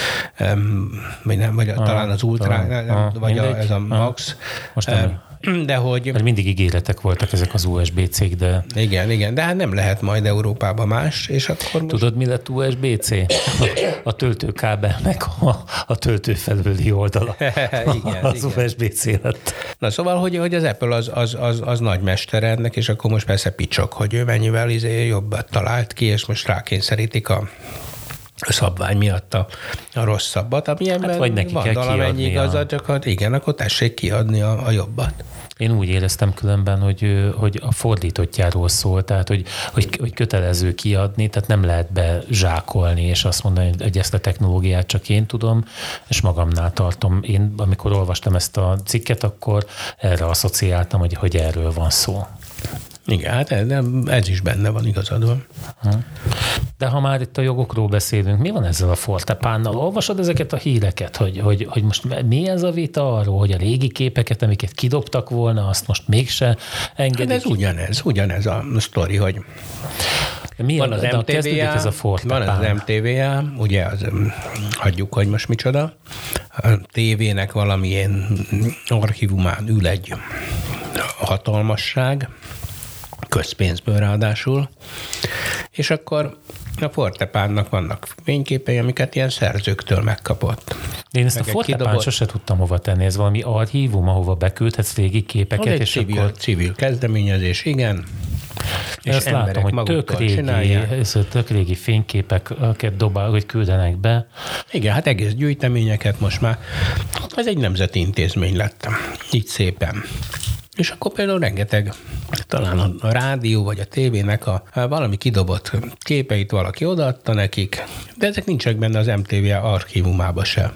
S1: vagy talán az Ultra, vagy ez a Max. Most nem. De hogy...
S2: Mert mindig ígéretek voltak ezek az USB-C-k, de...
S1: Igen, de hát nem lehet majd Európában más, és akkor most...
S2: Tudod, mi lett USB-C? A töltőkábelnek a töltő felüli oldala. Az USB-C lett.
S1: Na szóval, hogy az Apple az nagy mester ennek, és akkor most persze picsok, hogy ő mennyivel jobbat talált ki, és most rákényszerítik a szabvány miatt a rosszabbat, amilyenben
S2: hát vagy neki
S1: van valamennyi igazad, csak igen, akkor tessék kiadni a jobbat.
S2: Én úgy éreztem különben, hogy a fordítottjáról szól, tehát hogy kötelező kiadni, tehát nem lehet bezsákolni, és azt mondani, hogy ezt a technológiát csak én tudom, és magamnál tartom. Én, amikor olvastam ezt a cikket, akkor erre asszociáltam, hogy erről van szó.
S1: Igen, hát ez is benne van, igazad van.
S2: De ha már itt a jogokról beszélünk, mi van ezzel a Fortepánnal? Olvasod ezeket a híreket, hogy most mi ez a vita arról, hogy a régi képeket, amiket kidobtak volna, azt most mégse engedik?
S1: Hát ez ugyanez a sztori, hogy van az MTVA, ugye hagyjuk, hogy most micsoda. A tévének valamilyen archívumán ül egy hatalmasság, közpénzből ráadásul, és akkor a Fortepánnak vannak fényképei, amiket ilyen szerzőktől megkapott.
S2: Én ezt a Fortepán sose tudtam hova tenni. Ez valami archívum, ahova beküldhetsz régi képeket, és
S1: civil kezdeményezés, igen.
S2: És ezt látom, hogy tök régi fényképeket dobál, hogy küldenek be.
S1: Igen, hát egész gyűjteményeket most már. Ez egy nemzeti intézmény lett. Így szépen. És akkor például rengeteg, talán a rádió vagy a tévének valami kidobott képeit valaki odaadta nekik, de ezek nincsenek benne az MTV archívumába se.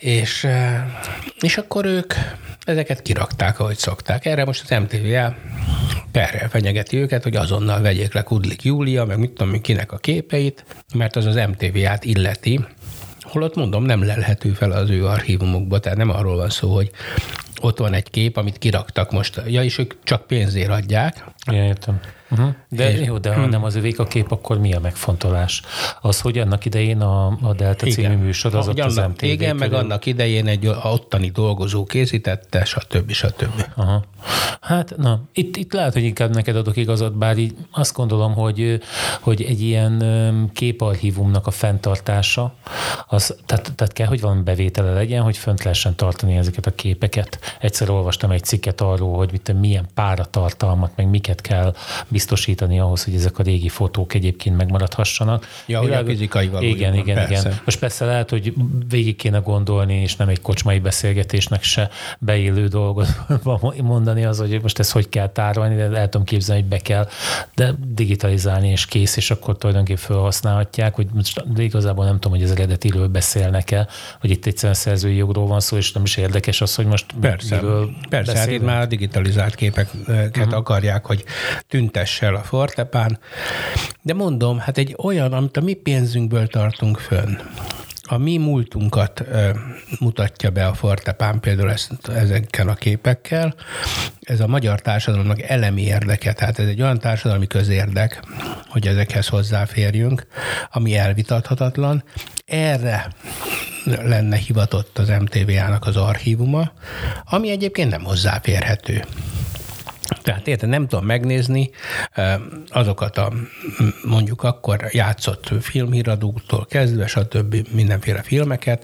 S1: És akkor ők ezeket kirakták, ahogy szokták. Erre most az MTV perrel fenyegeti őket, hogy azonnal vegyék le Kudlik Júlia, meg mit tudom, kinek a képeit, mert az MTV-t illeti. Holott mondom, nem lelhető fel az ő archívumukba, tehát nem arról van szó, hogy ott van egy kép, amit kiraktak most. Ja, és ők csak pénzért adják.
S2: Ja, értem. De jó, de ha nem az övék a kép, akkor mi a megfontolás? Az, hogy annak idején a Delta című műsor az ott az MTV.
S1: Igen, meg annak idején egy ottani dolgozó készítette, stb.
S2: Aha. Hát, na, itt lehet, hogy inkább neked adok igazat, bár így azt gondolom, hogy egy ilyen képarchívumnak a fenntartása, tehát kell, hogy valami bevétele legyen, hogy fönt lehessen tartani ezeket a képeket. Egyszer olvastam egy cikket arról, hogy milyen páratartalmat, meg miket kell biztosítani ahhoz, hogy ezek a régi fotók egyébként megmaradhassanak.
S1: Ja, hogy a fizikai valójában.
S2: Igen. Most persze lehet, hogy végig kéne gondolni, és nem egy kocsmai beszélgetésnek se beillő dolgot mondani az, hogy most ezt hogy kell tárolni, de el tudom képzelni, hogy be kell, de digitalizálni és kész, és akkor tulajdonképpen felhasználhatják, hogy most igazából nem tudom, hogy az eredetiről beszélnek-e, hogy itt egyszerűen szerzői jogról van szó, és nem is érdekes az, hogy most miről
S1: Persze, hát itt már a digitalizált képeket akarják, hogy tüntess el a fortepán, de mondom, hát egy olyan, amit a mi pénzünkből tartunk fönn, a mi múltunkat mutatja be a fortepán például ezekkel a képekkel. Ez a magyar társadalomnak elemi érdeke, tehát ez egy olyan társadalmi közérdek, hogy ezekhez hozzáférjünk, ami elvitathatatlan. Erre lenne hivatott az MTVA-nak az archívuma, ami egyébként nem hozzáférhető. Tehát érted, nem tudom megnézni azokat a mondjuk akkor játszott filmhíradóktól kezdve, stb. Mindenféle filmeket,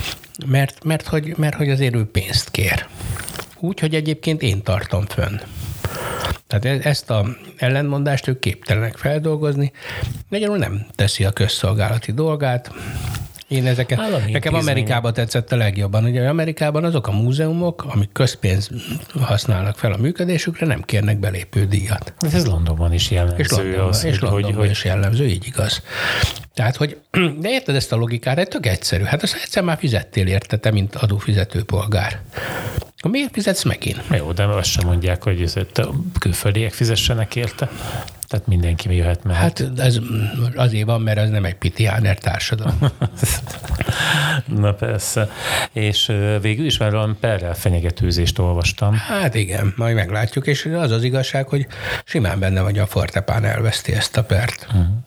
S1: mert hogy azért ő pénzt kér. Úgy, hogy egyébként én tartom fönn. Tehát ezt a ellentmondást ők képtelenek feldolgozni, magyarul nem teszi a közszolgálati dolgát. Én nekem Amerikában tetszett a legjobban. Ugye Amerikában azok a múzeumok, amik közpénzt használnak fel a működésükre, nem kérnek belépődíjat.
S2: Ez Londonban is jellemző.
S1: Londonban is jellemző, így igaz. Tehát, de érted ezt a logikát, ez tök egyszerű. Hát azt egyszer már fizettél érte, te, mint adófizető polgár. Miért fizetsz megint?
S2: Jó, de azt sem mondják, hogy a külföldiek fizessenek érte. Tehát mindenki jöhet mehet.
S1: Hát ez azért van, mert ez nem egy pitiáner társadalom.
S2: Na persze. És végül is már valami perrel fenyegetőzést olvastam.
S1: Hát igen, majd meglátjuk, és az az igazság, hogy simán benne vagy a fortepán elveszti ezt a pert.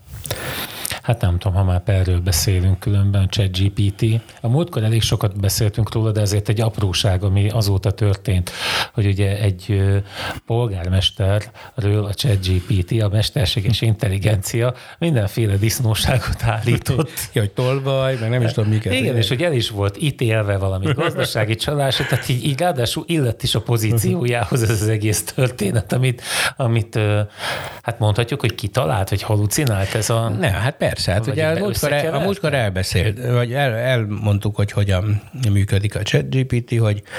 S2: Hát nem tudom, ha már perről beszélünk különben, ChatGPT. A múltkor elég sokat beszéltünk róla, de ezért egy apróság, ami azóta történt, hogy ugye egy polgármesterről a ChatGPT, a mesterséges intelligencia mindenféle disznóságot állított.
S1: Hogy tolvaj, meg nem is tudom miket.
S2: Igen, és hogy el is volt ítélve valami gazdasági csalásra, tehát így ráadásul illett is a pozíciójához ez az egész történet, amit hát mondhatjuk, hogy kitalált, vagy halucinált ez a...
S1: Nem, hát persze, hát ugye a múltkor elbeszélt, vagy elmondtuk, hogy hogyan működik a ChatGPT,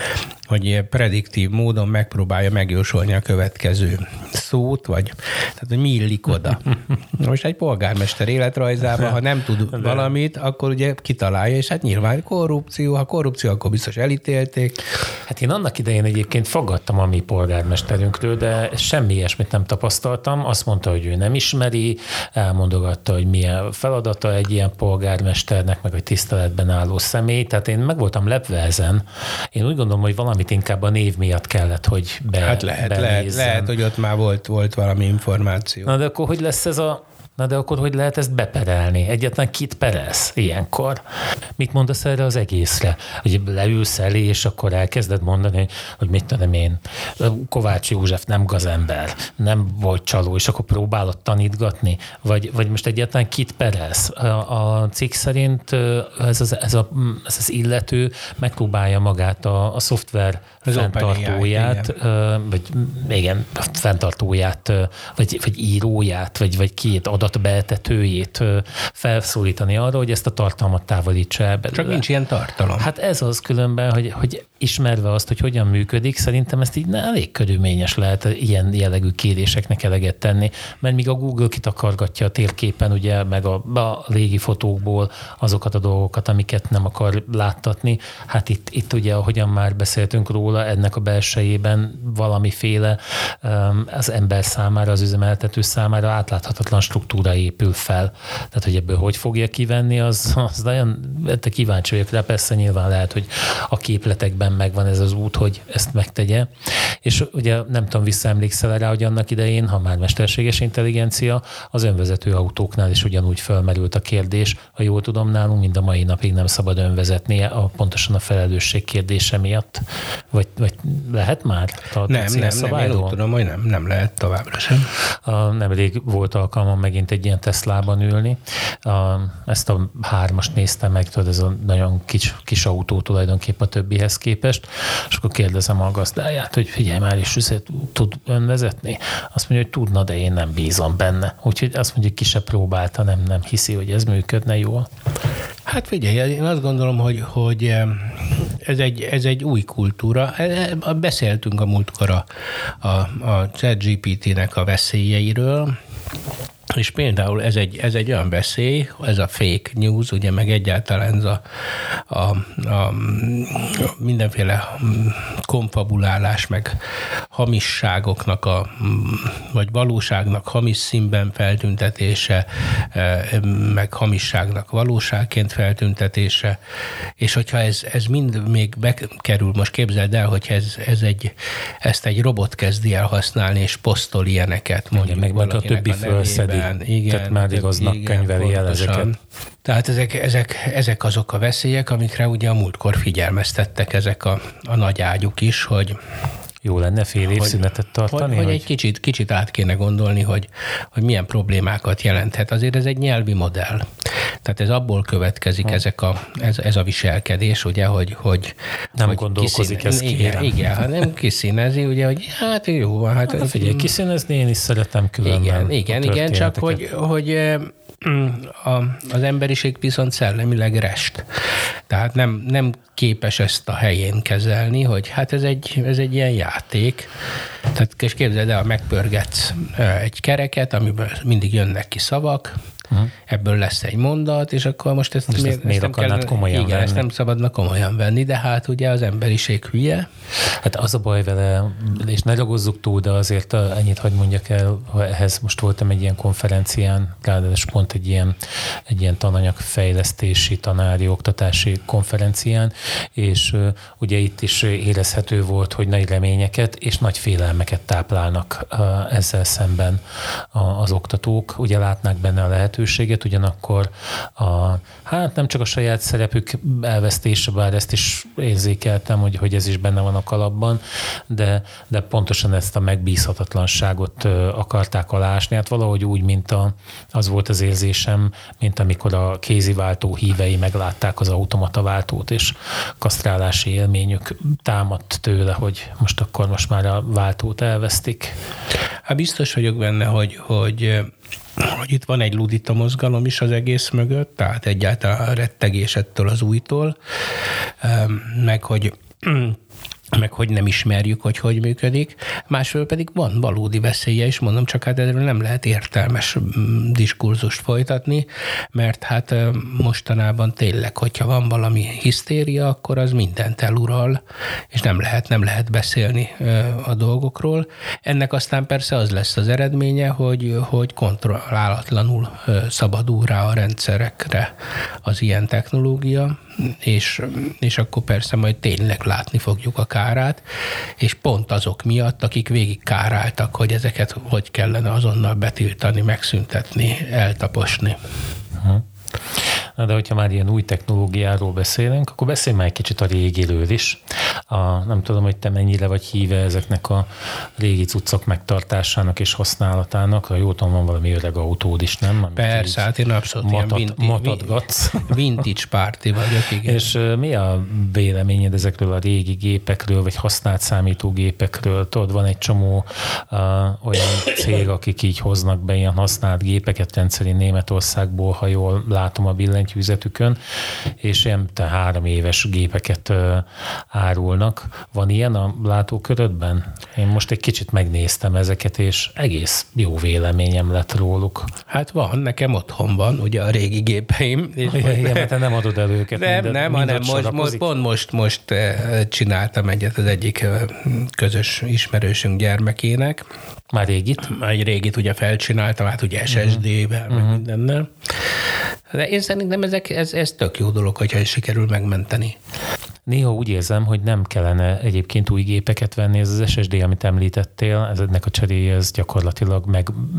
S1: hogy prediktív módon megpróbálja megjósolni a következő szót, vagy tehát, hogy mi illik oda. Most egy polgármester életrajzában, ha nem tud valamit, akkor ugye kitalálja, és hát nyilván korrupció, ha korrupció, akkor biztos elítélték.
S2: Hát én annak idején egyébként faggattam a mi polgármesterünkről, de semmi ilyesmit nem tapasztaltam. Azt mondta, hogy ő nem ismeri, elmondogatta, hogy milyen feladata egy ilyen polgármesternek, meg egy tiszteletben álló személy. Tehát én meg voltam lepve ezen. Én úgy gondolom, hogy valamit inkább a név miatt kellett, hogy
S1: Hát lehet, hogy ott már volt valami információ.
S2: Na de akkor hogy lesz ez hogy lehet ezt beperelni? Egyáltalán kit perelsz ilyenkor? Mit mondasz erre az egészre? Hogy leülsz elé, és akkor elkezded mondani, hogy mit tudom én, Kovács József nem gazember, nem volt csaló, és akkor próbálod tanítgatni? Vagy most egyáltalán kit perelsz? A cikk szerint ez az illető megpróbálja magát a szoftver fenntartóját, vagy igen, fenntartóját, vagy íróját, vagy két adatbeetetőjét felszólítani arra, hogy ezt a tartalmat távolítsa el belőle.
S1: Csak nincs ilyen tartalom.
S2: Hát ez az különben, hogy ismerve azt, hogy hogyan működik, szerintem ezt így elég körülményes lehet ilyen jellegű kéréseknek eleget tenni, mert míg a Google kitakargatja a térképen, ugye, meg a légi fotókból azokat a dolgokat, amiket nem akar láttatni, hát itt ugye, ahogyan már beszéltünk róla, ennek a belsejében valamiféle az ember számára, az üzemeltető számára átláthatatlan struktúra infrastruktúra épül fel. Tehát, hogy ebből hogy fogja kivenni, az nagyon kíváncsi vagyok rá. Persze nyilván lehet, hogy a képletekben megvan ez az út, hogy ezt megtegye. És ugye nem tudom, visszaemlékszel rá, hogy annak idején, ha már mesterséges intelligencia, az önvezető autóknál is ugyanúgy fölmerült a kérdés. Ha jól tudom, nálunk mind a mai napig nem szabad önvezetnie, pontosan a felelősség kérdése miatt. Vagy lehet már?
S1: Nem, én úgy tudom, hogy nem lehet továbbra sem.
S2: Nemrég volt alkalmam megint egy ilyen Teslában ülni. Ezt a 3-ast néztem meg, tudod, ez a nagyon kis autó tulajdonképp a többihez képest, és akkor kérdezem a gazdáját, hogy figyelj már, és tud önvezetni? Azt mondja, hogy tudna, de én nem bízom benne. Úgyhogy azt mondja, hogy ki se próbálta, nem hiszi, hogy ez működne jól.
S1: Hát figyelj, én azt gondolom, hogy ez egy új kultúra. Beszéltünk a múltkor a ChatGPT-nek a veszélyeiről, és például ez egy olyan veszély, ez a fake news, ugye meg egyáltalán ez a mindenféle konfabulálás, meg hamisságoknak, vagy valóságnak hamis színben feltüntetése, meg hamisságnak valóságként feltüntetése, és hogyha ez mind még bekerül, most képzeld el, hogyha ezt egy robot kezdi el használni, és posztol ilyeneket, mondjuk
S2: meg a többi felszedi.
S1: Igen,
S2: tehát már igaznak könyveli el ezeket.
S1: Tehát ezek azok a veszélyek, amikre ugye a múltkor figyelmeztettek ezek a nagy ágyuk is, hogy
S2: jó lenne fél év szünetet tartani?
S1: Hogy egy kicsit át kéne gondolni, hogy milyen problémákat jelenthet. Azért ez egy nyelvi modell. Tehát ez abból következik ez a viselkedés, ugye, hogy
S2: nem gondolkozik ez kérem.
S1: Igen, ha nem kiszínezi, ugye, hogy hát jó van. Hát
S2: figyelj, kiszínezni én is szeretem különben.
S1: Igen, csak hogy az emberiség viszont szellemileg rest. Tehát nem képes ezt a helyén kezelni, hogy hát ez egy ilyen játék. Tehát és képzeld el, megpörgetsz egy kereket, amiből mindig jönnek ki szavak, ebből lesz egy mondat, és akkor most ezt
S2: nem kellene komolyan venni.
S1: Ezt nem szabadna komolyan venni, de hát ugye az emberiség hülye.
S2: Hát az a baj vele, és ne ragozzuk túl, de azért ennyit hadd mondjak el, ehhez most voltam egy ilyen konferencián, ráadásul pont egy ilyen tananyagfejlesztési, tanári, oktatási konferencián, és ugye itt is érezhető volt, hogy nagy reményeket és nagy félelmeket táplálnak ezzel szemben az oktatók. Ugye látnák benne a lehetőséget, ugyanakkor hát nem csak a saját szerepük elvesztése, bár ezt is érzékeltem, hogy ez is benne van a kalapban, de pontosan ezt a megbízhatatlanságot akarták alásni. Hát valahogy úgy, mint az volt az érzésem, mint amikor a kéziváltó hívei meglátták az automataváltót, és kasztrálási élményük támadt tőle, hogy most már a váltót elvesztik.
S1: Hát biztos vagyok benne, hogy itt van egy ludita mozgalom is az egész mögött, tehát egyáltalán a rettegés ettől az újtól, meg hogy nem ismerjük, hogy működik. Másfelől pedig van valódi veszélye, és mondom, csak hát erről nem lehet értelmes diskurzust folytatni, mert hát mostanában tényleg, hogyha van valami hisztéria, akkor az mindent elural, és nem lehet beszélni a dolgokról. Ennek aztán persze az lesz az eredménye, hogy kontrollálatlanul szabadul rá a rendszerekre az ilyen technológia, és akkor persze majd tényleg látni fogjuk a kárát, és pont azok miatt, akik végig káráltak, hogy ezeket hogy kellene azonnal betiltani, megszüntetni, eltaposni.
S2: Na de hogyha már ilyen új technológiáról beszélünk, akkor beszélj már egy kicsit a régiről is. Nem tudom, hogy te mennyire vagy híve ezeknek a régi cuccok megtartásának és használatának. Ha jól tudom, van valami öreg autód is, nem?
S1: Persze, hát én abszolút
S2: matadgatsz.
S1: Vintage party vagyok, igen.
S2: És mi a véleményed ezekről a régi gépekről, vagy használt számítógépekről? Tudod, van egy csomó olyan cég, akik így hoznak be ilyen használt gépeket, rendszerint Németországból, ha jól látom a billentyűzeten, billentyűzetükön, és ilyen 3 éves gépeket árulnak. Van ilyen a látókörödben? Én most egy kicsit megnéztem ezeket, és egész jó véleményem lett róluk.
S1: Hát van, nekem otthon van, ugye a régi gépeim. És
S2: igen, te nem adod el őket.
S1: Nem, hanem most csináltam egyet az egyik közös ismerősünk gyermekének.
S2: Már régit?
S1: Egy régit ugye felcsináltam, hát ugye SSD-vel, meg mindennel. De én szerintem ez tök jó dolog, hogyha sikerül megmenteni.
S2: Néha úgy érzem, hogy nem kellene egyébként új gépeket venni, ez az SSD, amit említettél, ennek a cseréje ez gyakorlatilag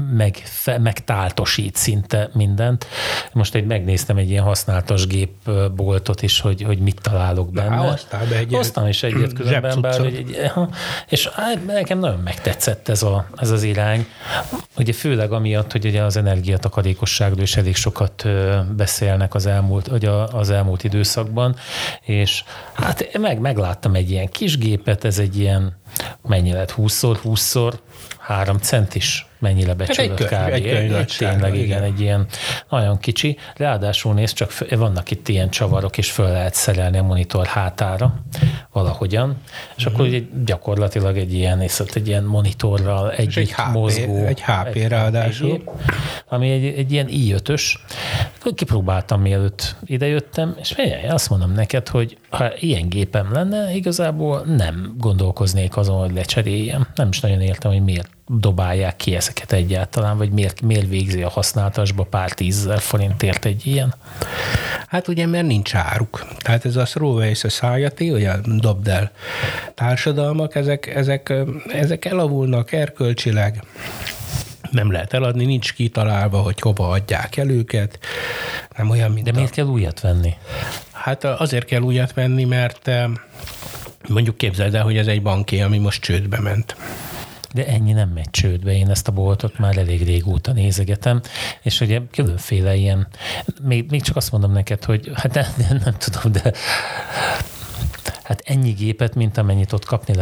S2: megtáltosít szinte mindent. Most megnéztem egy ilyen használatos gépboltot is, hogy mit találok benne. Hoztam is egyet különben, és nekem nagyon megtetszett ez az irány. Ugye főleg amiatt, hogy ugye az energiatakarékosságról is elég sokat beszélnek az elmúlt időszakban, és hát megláttam egy ilyen kis gépet, ez egy ilyen, mennyi lett, 20x20x 3 centis, mennyire becsülött kb. Tényleg igen, egy ilyen nagyon kicsi. Ráadásul nézd, csak vannak itt ilyen csavarok, és föl lehet szerelni a monitor hátára valahogyan, és akkor ugye gyakorlatilag egy ilyen monitorral együtt mozgó.
S1: Egy HP ráadásul.
S2: Ami egy ilyen i5-ös. Kipróbáltam, mielőtt idejöttem, és azt mondom neked, hogy ha ilyen gépem lenne, igazából nem gondolkoznék azon, hogy lecseréljem. Nem is nagyon értem, hogy miért dobálják ki ezeket egyáltalán, vagy miért végzi a használatásba pár 10 000 forintért egy ilyen?
S1: Hát ugye, mert nincs áruk. Tehát ez a throw away society, ugye dobd el társadalmak, ezek elavulnak erkölcsileg, nem lehet eladni, nincs kitalálva, hogy hova adják el őket. Nem olyan, mint
S2: de miért kell újat venni?
S1: Hát azért kell újat venni, mert mondjuk képzeld el, hogy ez egy banké, ami most csődbe ment.
S2: De ennyi nem megy csődbe, én ezt a boltot már elég régóta nézegetem, és ugye különféle ilyen, még csak azt mondom neked, hogy hát nem tudom, de hát ennyi gépet, mint amennyit ott kapni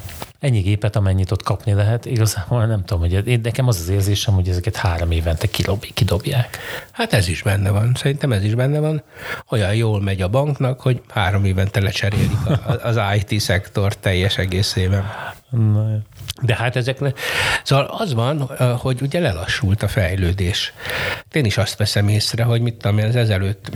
S2: lehet, igazából nem tudom, hogy nekem az érzésem, hogy ezeket 3 évente kidobják.
S1: Hát ez is benne van. Szerintem ez is benne van. Olyan jól megy a banknak, hogy 3 évente lecserélik az IT szektor teljes egészében. De hát szóval az van, hogy ugye lelassult a fejlődés. Én is azt veszem észre, hogy mit tudom én, az ezelőtt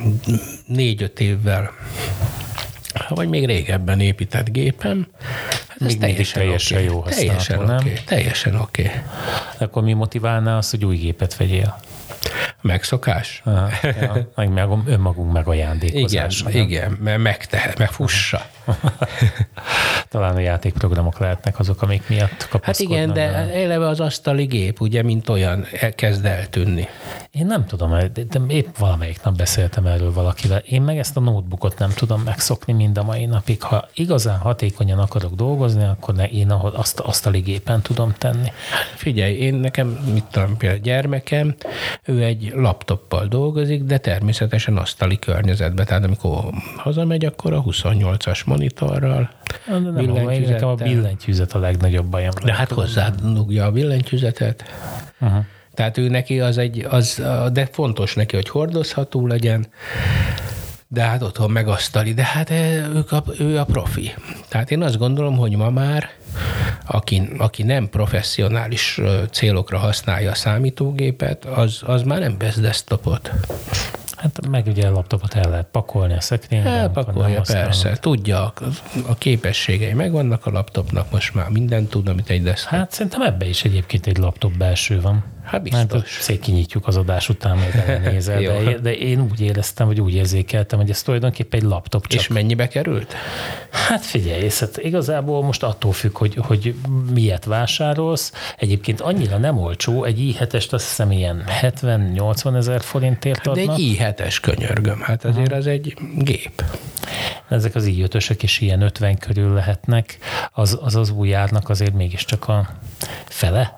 S1: 4-5 évvel vagy még régebben épített gépem. Hát
S2: még teljesen jó használható,
S1: Teljesen oké.
S2: Akkor mi motiválná azt, hogy új gépet vegyél?
S1: Megszokás?
S2: Meg önmagunk megajándékozása.
S1: Igen, mert fussa.
S2: Talán a játékprogramok lehetnek azok, amik miatt kapaszkodnak.
S1: Hát igen, de eleve az asztali gép, ugye, mint olyan, kezd eltűnni.
S2: Én nem tudom, de épp valamelyik nap beszéltem erről valakivel. Én meg ezt a notebookot nem tudom megszokni mind a mai napig. Ha igazán hatékonyan akarok dolgozni, akkor én azt asztali gépen tudom tenni.
S1: Figyelj, nekem, mit tudom, például gyermekem, ő egy laptoppal dolgozik, de természetesen asztali környezetben. Tehát amikor hazamegy, akkor a 28-as monitorral,
S2: nekem a billentyűzet a legnagyobb bajom.
S1: De hát hozzádugja a billentyűzetet. Uh-huh. Tehát ő neki de fontos neki, hogy hordozható legyen, de hát otthon meg asztali, de hát ő a profi. Tehát én azt gondolom, hogy ma már aki nem professzionális célokra használja a számítógépet, az már nem vesz desktopot.
S2: Hát meg ugye a laptopot el lehet pakolni a szekrényben.
S1: Elpakolja, persze. Tudja, a képességei megvannak a laptopnak, most már mindent tud, amit egy desktop.
S2: Hát szerintem ebbe is egyébként egy laptop belső van.
S1: Hát biztos.
S2: Szép kinyitjuk az adás után, hogy belenézel, de én úgy éreztem, vagy úgy érzékeltem, hogy ez tulajdonképpen egy laptop csak.
S1: És mennyibe került?
S2: Hát figyelj, igazából most attól függ, hogy miért vásárolsz. Egyébként annyira nem olcsó, egy i7-est azt hiszem ilyen 70-80 ezer forintért adnak.
S1: De egy i7-es, könyörgöm, hát azért az egy gép.
S2: Ezek az i5-ösök is ilyen 50 körül lehetnek, az új árnak azért mégiscsak a fele.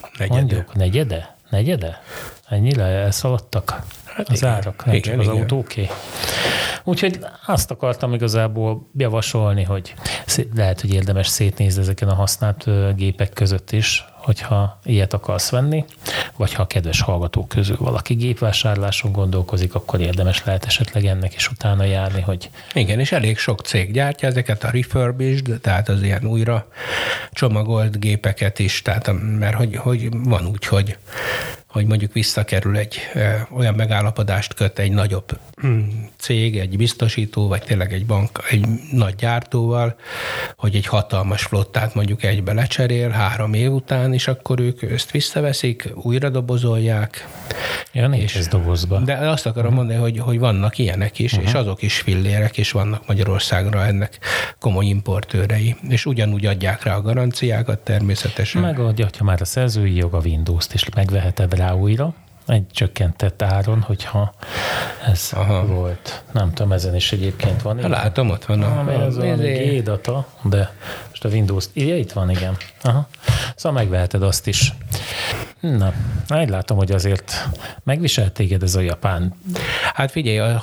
S2: Negyede? Ennyire elszaladtak az árak, nem csak az autóké. Úgyhogy azt akartam igazából javasolni, hogy lehet, hogy érdemes szétnézni ezeken a használt gépek között is, hogyha ilyet akarsz venni, vagy ha a kedves hallgatók közül valaki gépvásárláson gondolkozik, akkor érdemes lehet esetleg ennek is utána járni, hogy...
S1: Igen, és elég sok cég gyártja ezeket a refurbished, tehát az ilyen újra csomagolt gépeket is, tehát mert hogy van úgy, hogy mondjuk visszakerül olyan megállapodást köt egy nagyobb cég, egy biztosító, vagy tényleg egy bank, egy nagy gyártóval, hogy egy hatalmas flottát mondjuk egybe lecserél 3 év után, és akkor ők ezt visszaveszik, újra dobozolják.
S2: Ja, nincs ez dobozba.
S1: De azt akarom mondani, hogy vannak ilyenek is, és azok is fillérek, és vannak Magyarországra ennek komoly importőrei, és ugyanúgy adják rá a garanciákat természetesen.
S2: Megadja, ha már a szerzői jog a Windows-t is megveheted rá újra, egy csökkentett áron, hogyha ez volt. Nem tudom, ezen is egyébként van.
S1: Igen. Látom, ott van
S2: ez a G-data, de most a Windows-t írja, itt van, igen. Aha. Szóval megveheted azt is. Na, így látom, hogy azért megviselt téged ez a japán.
S1: Hát figyelj, a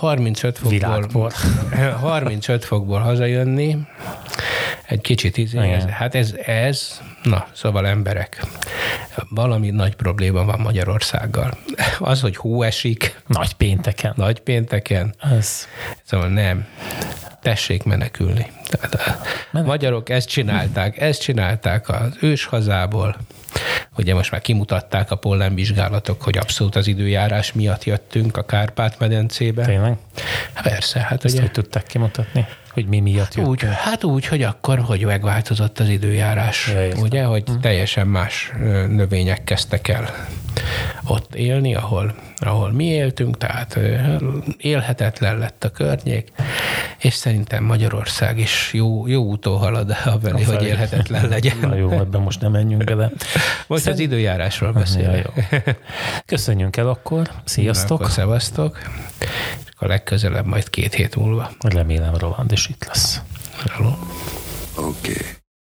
S1: 35 fokból hazajönni, egy kicsit hát ez, na, szóval emberek, valami nagy probléma van Magyarországgal. Az, hogy hó esik.
S2: Nagy pénteken.
S1: Szóval nem. Tessék menekülni. Tehát a magyarok ezt csinálták az őshazából. Ugye most már kimutatták a pollenvizsgálatok, hogy abszolút az időjárás miatt jöttünk a Kárpát-medencébe.
S2: Tényleg?
S1: Persze. Hát
S2: ezt hogy tudták kimutatni? Hogy mi miatt jöttünk?
S1: Úgy, hogy akkor, hogy megváltozott az időjárás. Ugye, hogy teljesen más növények kezdtek el ott élni, ahol mi éltünk, tehát élhetetlen lett a környék, és szerintem Magyarország is jó úton halad afelé, hogy élhetetlen legyen.
S2: Na jó, ebben most nem menjünk bele.
S1: Most az időjárásról beszélünk.
S2: Köszönjünk el akkor. Sziasztok.
S1: Akkor szevasztok. A legközelebb majd 2 hét múlva.
S2: Remélem Roland is itt lesz.
S1: Hello.
S3: Okay.